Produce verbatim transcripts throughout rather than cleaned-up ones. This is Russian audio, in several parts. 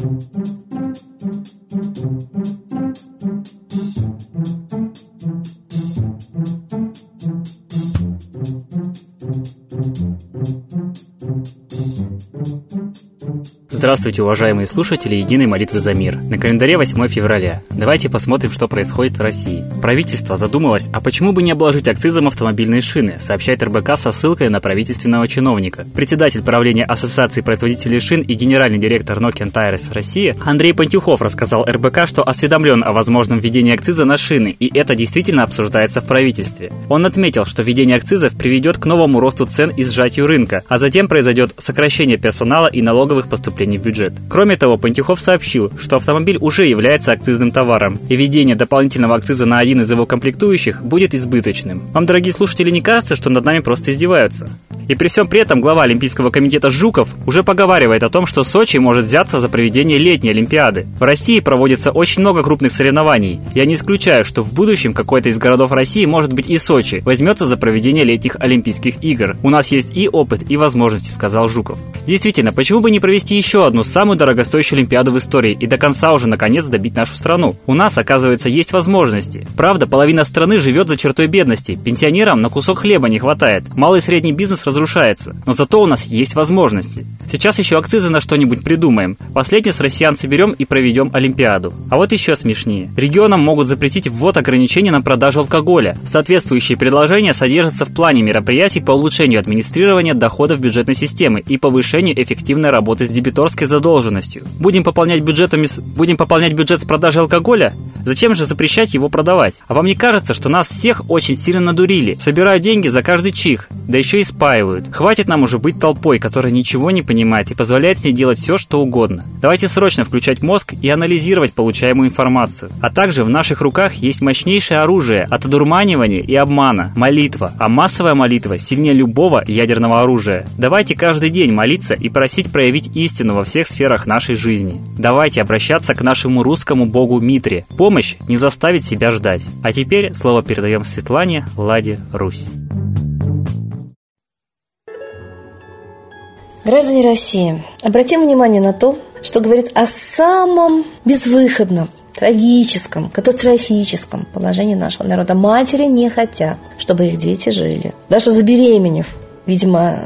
Здравствуйте, уважаемые слушатели Единой молитвы за мир. На календаре восьмое февраля. Давайте посмотрим, что происходит в России. Правительство задумалось, а почему бы не обложить акцизом автомобильные шины, сообщает эр бэ ка со ссылкой на правительственного чиновника. Председатель правления Ассоциации производителей шин и генеральный директор Nokian Tyres России Андрей Пантюхов рассказал эр бэ ка, что осведомлен о возможном введении акциза на шины, и это действительно обсуждается в правительстве. Он отметил, что введение акцизов приведет к новому росту цен и сжатию рынка, а затем произойдет сокращение персонала и налоговых поступлений в бюджет. Кроме того, Пантюхов сообщил, что автомобиль уже является акцизным товаром, и введение дополнительного акциза на один из его комплектующих будет избыточным. Вам, дорогие слушатели, не кажется, что над нами просто издеваются? И при всем при этом глава Олимпийского комитета Жуков уже поговаривает о том, что Сочи может взяться за проведение летней Олимпиады. В России проводится очень много крупных соревнований. Я не исключаю, что в будущем какой-то из городов России, может быть и Сочи, возьмется за проведение летних Олимпийских игр. У нас есть и опыт, и возможности, сказал Жуков. Действительно, почему бы не провести еще одну самую дорогостоящую Олимпиаду в истории и до конца уже наконец добить нашу страну? У нас, оказывается, есть возможности. Правда, половина страны живет за чертой бедности. Пенсионерам на кусок хлеба не хватает. Малый и средний бизнес разрушается. Но зато у нас есть возможности. Сейчас еще акцизы на что-нибудь придумаем. Последний с россиян соберем и проведем Олимпиаду. А вот еще смешнее. Регионам могут запретить ввод ограничений на продажу алкоголя. Соответствующие предложения содержатся в плане мероприятий по улучшению администрирования доходов бюджетной системы и повышению эффективной работы с дебиторской задолженностью. Будем пополнять бюджетами, будем пополнять бюджет с продажи алкоголя? Зачем же запрещать его продавать? А вам не кажется, что нас всех очень сильно надурили? Собирают деньги за каждый чих, да еще и спаивают. Хватит нам уже быть толпой, которая ничего не понимает и позволяет с ней делать все, что угодно. Давайте срочно включать мозг и анализировать получаемую информацию. А также в наших руках есть мощнейшее оружие от одурманивания и обмана – молитва. А массовая молитва сильнее любого ядерного оружия. Давайте каждый день молиться и просить проявить истину во всех сферах нашей жизни. Давайте обращаться к нашему русскому богу Митре. Помощь не заставит себя ждать. А теперь слово передаем Светлане Ладе Русь. Граждане России, обратим внимание на то, что говорит о самом безвыходном, трагическом, катастрофическом положении нашего народа. Матери не хотят, чтобы их дети жили. Даже забеременев, видимо,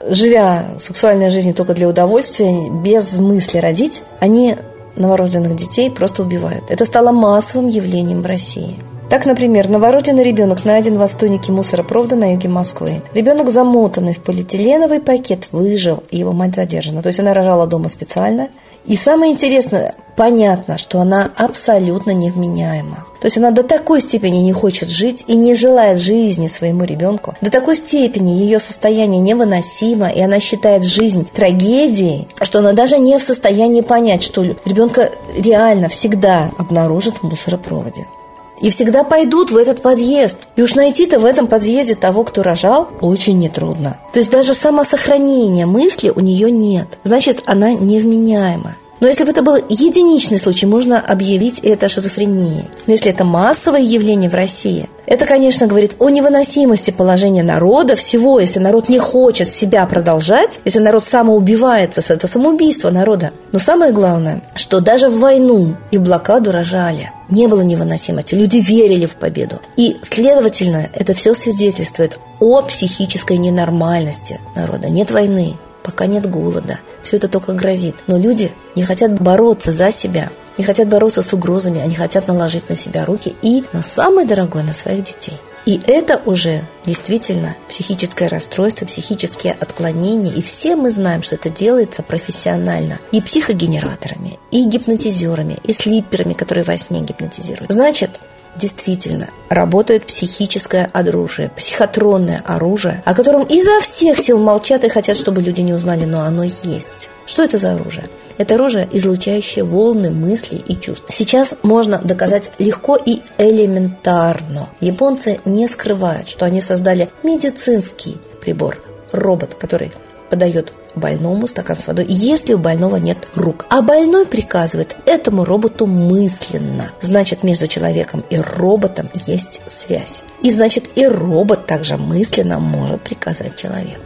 живя сексуальной жизнью только для удовольствия, без мысли родить, они новорожденных детей просто убивают. Это стало массовым явлением в России. Так, например, новорожденный ребенок найден в отстойнике мусоропровода на юге Москвы. Ребенок, замотанный в полиэтиленовый пакет, выжил, и его мать задержана. То есть она рожала дома специально. И самое интересное, понятно, что она абсолютно невменяема. То есть она до такой степени не хочет жить и не желает жизни своему ребенку. До такой степени ее состояние невыносимо, и она считает жизнь трагедией, что она даже не в состоянии понять, что ребенка реально всегда обнаружат в мусоропроводе. И всегда пойдут в этот подъезд. И уж найти-то в этом подъезде того, кто рожал, очень нетрудно. То есть даже самосохранения мысли у нее нет. Значит, она невменяема. Но если бы это был единичный случай, можно объявить это шизофренией. Но если это массовое явление в России, это, конечно, говорит о невыносимости положения народа всего. Если народ не хочет себя продолжать, если народ самоубивается, это самоубийство народа. Но самое главное, что даже в войну и в блокаду рожали. Не было невыносимости, люди верили в победу. И, следовательно, это все свидетельствует о психической ненормальности народа. Нет войны, пока нет голода. Все это только грозит. Но люди не хотят бороться за себя, не хотят бороться с угрозами, они хотят наложить на себя руки и на самое дорогое, на своих детей. И это уже действительно психическое расстройство, психические отклонения. И все мы знаем, что это делается профессионально. И психогенераторами, и гипнотизерами, и слиперами, которые во сне гипнотизируют. Значит, действительно работает психическое оружие, психотронное оружие, о котором изо всех сил молчат и хотят, чтобы люди не узнали, но оно есть. Что это за оружие? Это оружие, излучающее волны мыслей и чувств. Сейчас можно доказать легко и элементарно. Японцы не скрывают, что они создали медицинский прибор, робот, который подает больному стакан с водой, если у больного нет рук. А больной приказывает этому роботу мысленно. Значит, между человеком и роботом есть связь. И значит, и робот также мысленно может приказать человеку.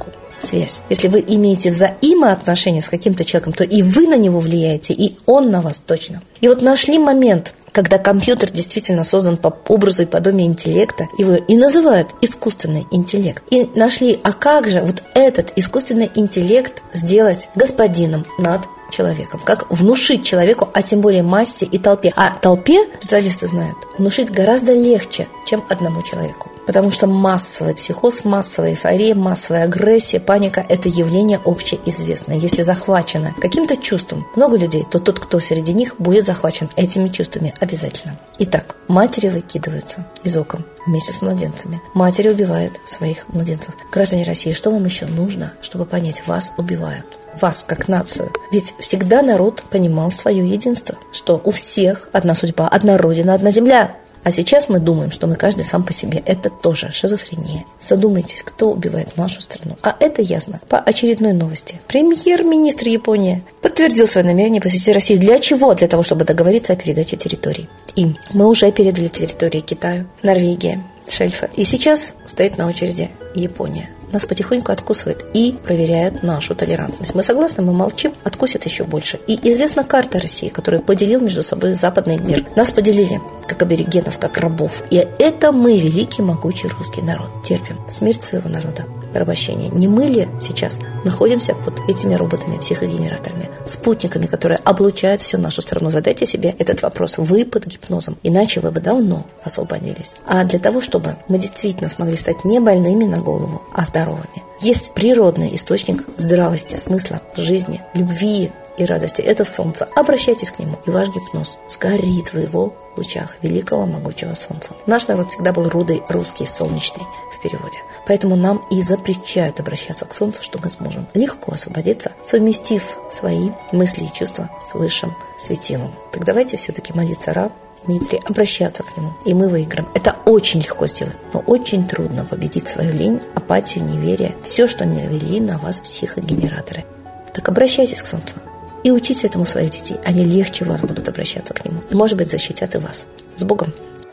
связь. Если вы имеете взаимоотношения с каким-то человеком, то и вы на него влияете, и он на вас точно. И вот нашли момент, когда компьютер действительно создан по образу и подобию интеллекта, его и называют искусственный интеллект. И нашли, а как же вот этот искусственный интеллект сделать господином над человеком, как внушить человеку, а тем более массе и толпе. А толпе, специалисты знают, внушить гораздо легче, чем одному человеку. Потому что массовый психоз, массовая эйфория, массовая агрессия, паника – это явление общеизвестное. Если захвачено каким-то чувством много людей, то тот, кто среди них, будет захвачен этими чувствами обязательно. Итак, матери выкидываются из окон вместе с младенцами. Матери убивают своих младенцев. Граждане России, что вам еще нужно, чтобы понять, вас убивают? Вас как нацию. Ведь всегда народ понимал свое единство, что у всех одна судьба, одна родина, одна земля. А сейчас мы думаем, что мы каждый сам по себе. Это тоже шизофрения. Задумайтесь, кто убивает нашу страну. А это ясно по очередной новости. Премьер-министр Японии подтвердил свое намерение посетить Россию. Для чего? Для того, чтобы договориться о передаче территорий. Им. Мы уже передали территории Китаю, Норвегии, шельфа. И сейчас стоит на очереди Япония. Нас потихоньку откусывают и проверяют нашу толерантность. Мы согласны, мы молчим, откусят еще больше. И известна карта России, которую поделил между собой западный мир. Нас поделили как аборигенов, как рабов. И это мы, великий, могучий русский народ. Терпим смерть своего народа, порабощение. Не мы ли сейчас находимся под этими роботами, психогенераторами, спутниками, которые облучают всю нашу страну? Задайте себе этот вопрос. Вы под гипнозом. Иначе вы бы давно освободились. А для того, чтобы мы действительно смогли стать не больными на голову, а здоровыми. Есть природный источник здравости, смысла, жизни, любви и радости. Это солнце. Обращайтесь к нему, и ваш гипноз сгорит в его лучах великого могучего солнца. Наш народ всегда был рудой, русский, солнечный в переводе. Поэтому нам и запрещают обращаться к солнцу, что мы сможем легко освободиться, совместив свои мысли и чувства с высшим светилом. Так давайте все-таки молиться Ра, Дмитрий, обращаться к нему, и мы выиграем. Это очень легко сделать, но очень трудно победить свою лень, апатию, неверие, все, что навели на вас психогенераторы. Так обращайтесь к солнцу и учите этому своих детей. Они легче вас будут обращаться к нему. И, может быть, защитят и вас. С Богом!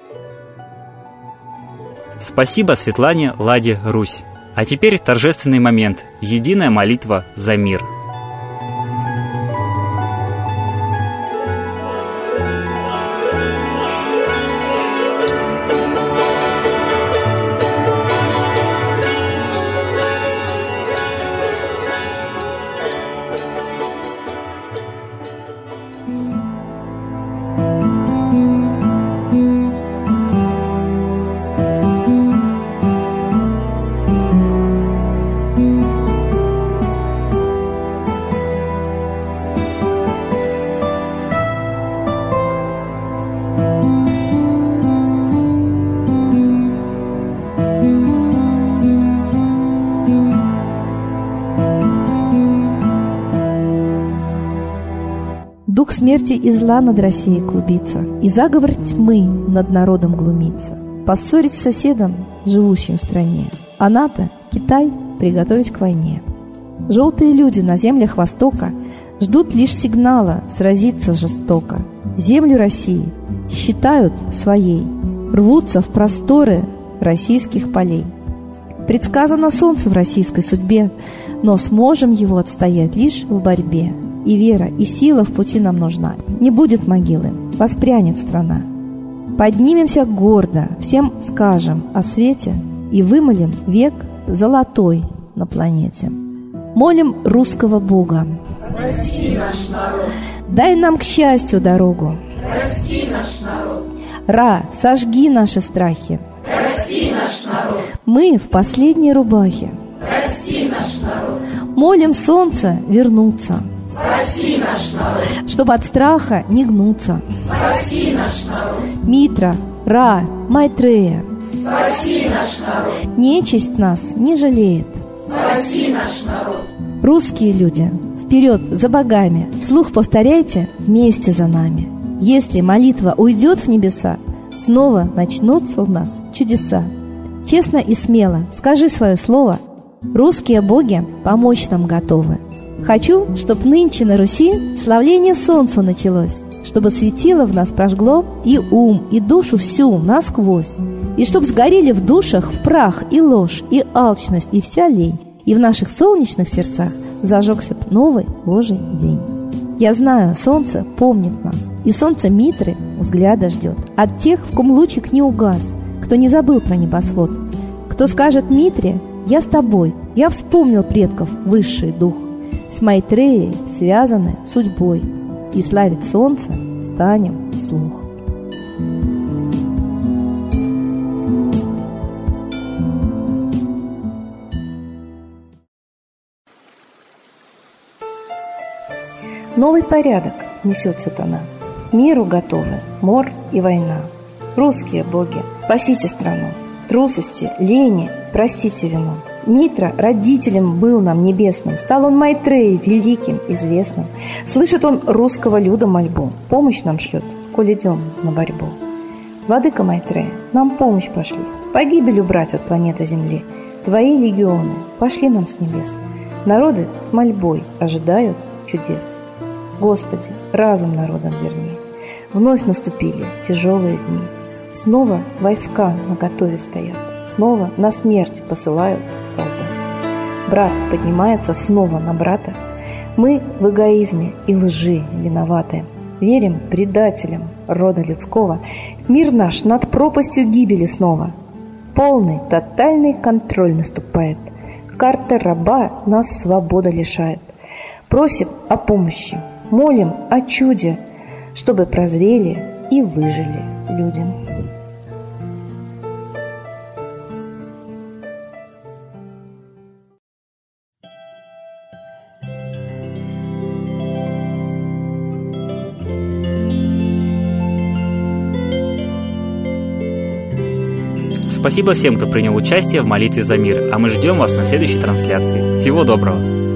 Спасибо Светлане, Ладе, Русь. А теперь торжественный момент. Единая молитва за мир. Дух смерти и зла над Россией клубится, и заговор тьмы над народом глумится. Поссорить с соседом, живущим в стране, а НАТО, Китай, приготовить к войне. Желтые люди на землях Востока ждут лишь сигнала сразиться жестоко. Землю России считают своей, рвутся в просторы российских полей. Предсказано солнце в российской судьбе, но сможем его отстоять лишь в борьбе. И вера, и сила в пути нам нужна. Не будет могилы, воспрянет страна. Поднимемся гордо, всем скажем о свете и вымолим век золотой на планете. Молим русского Бога. Прости наш народ. Дай нам к счастью дорогу. Прости наш народ. Ра, сожги наши страхи. Прости наш народ. Мы в последней рубахе. Прости наш народ. Молим солнце вернуться. Спаси наш народ. Чтобы от страха не гнуться. Спаси наш народ. Митра, Ра, Майтрея. Спаси наш народ. Нечисть нас не жалеет. Спаси наш народ. Русские люди, вперед за богами. Вслух повторяйте вместе за нами. Если молитва уйдет в небеса, снова начнутся у нас чудеса. Честно и смело скажи свое слово. Русские боги помочь нам готовы. Хочу, чтоб нынче на Руси славление солнцу началось, чтобы светило в нас прожгло и ум, и душу всю насквозь, и чтоб сгорели в душах в прах и ложь, и алчность, и вся лень, и в наших солнечных сердцах зажегся б новый Божий день. Я знаю, солнце помнит нас, и солнце Митры взгляда ждет от тех, в ком лучик не угас, кто не забыл про небосвод, кто скажет Митре: «Я с тобой, я вспомнил предков высший дух, с Майтреей связаны судьбой, и славить солнце станем вслух». Новый порядок несет сатана. Миру готовы мор и война. Русские боги, спасите страну. Трусости, лени, простите вину. Митра родителем был нам небесным, стал он Майтреей великим, известным. Слышит он русского люда мольбу, помощь нам шлет, коль идем на борьбу. Владыка Майтрея, нам помощь пошли, погибель убрать от планеты Земли. Твои легионы пошли нам с небес. Народы с мольбой ожидают чудес. Господи, разум народам верни. Вновь наступили тяжелые дни. Снова войска наготове стоят. Снова на смерть посылают солдат. Брат поднимается снова на брата. Мы в эгоизме и лжи виноваты. Верим предателям рода людского. Мир наш над пропастью гибели снова. Полный, тотальный контроль наступает. Карта раба нас свобода лишает. Просим о помощи. Молим о чуде, чтобы прозрели и выжили людям. Спасибо всем, кто принял участие в молитве за мир, а мы ждем вас на следующей трансляции. Всего доброго!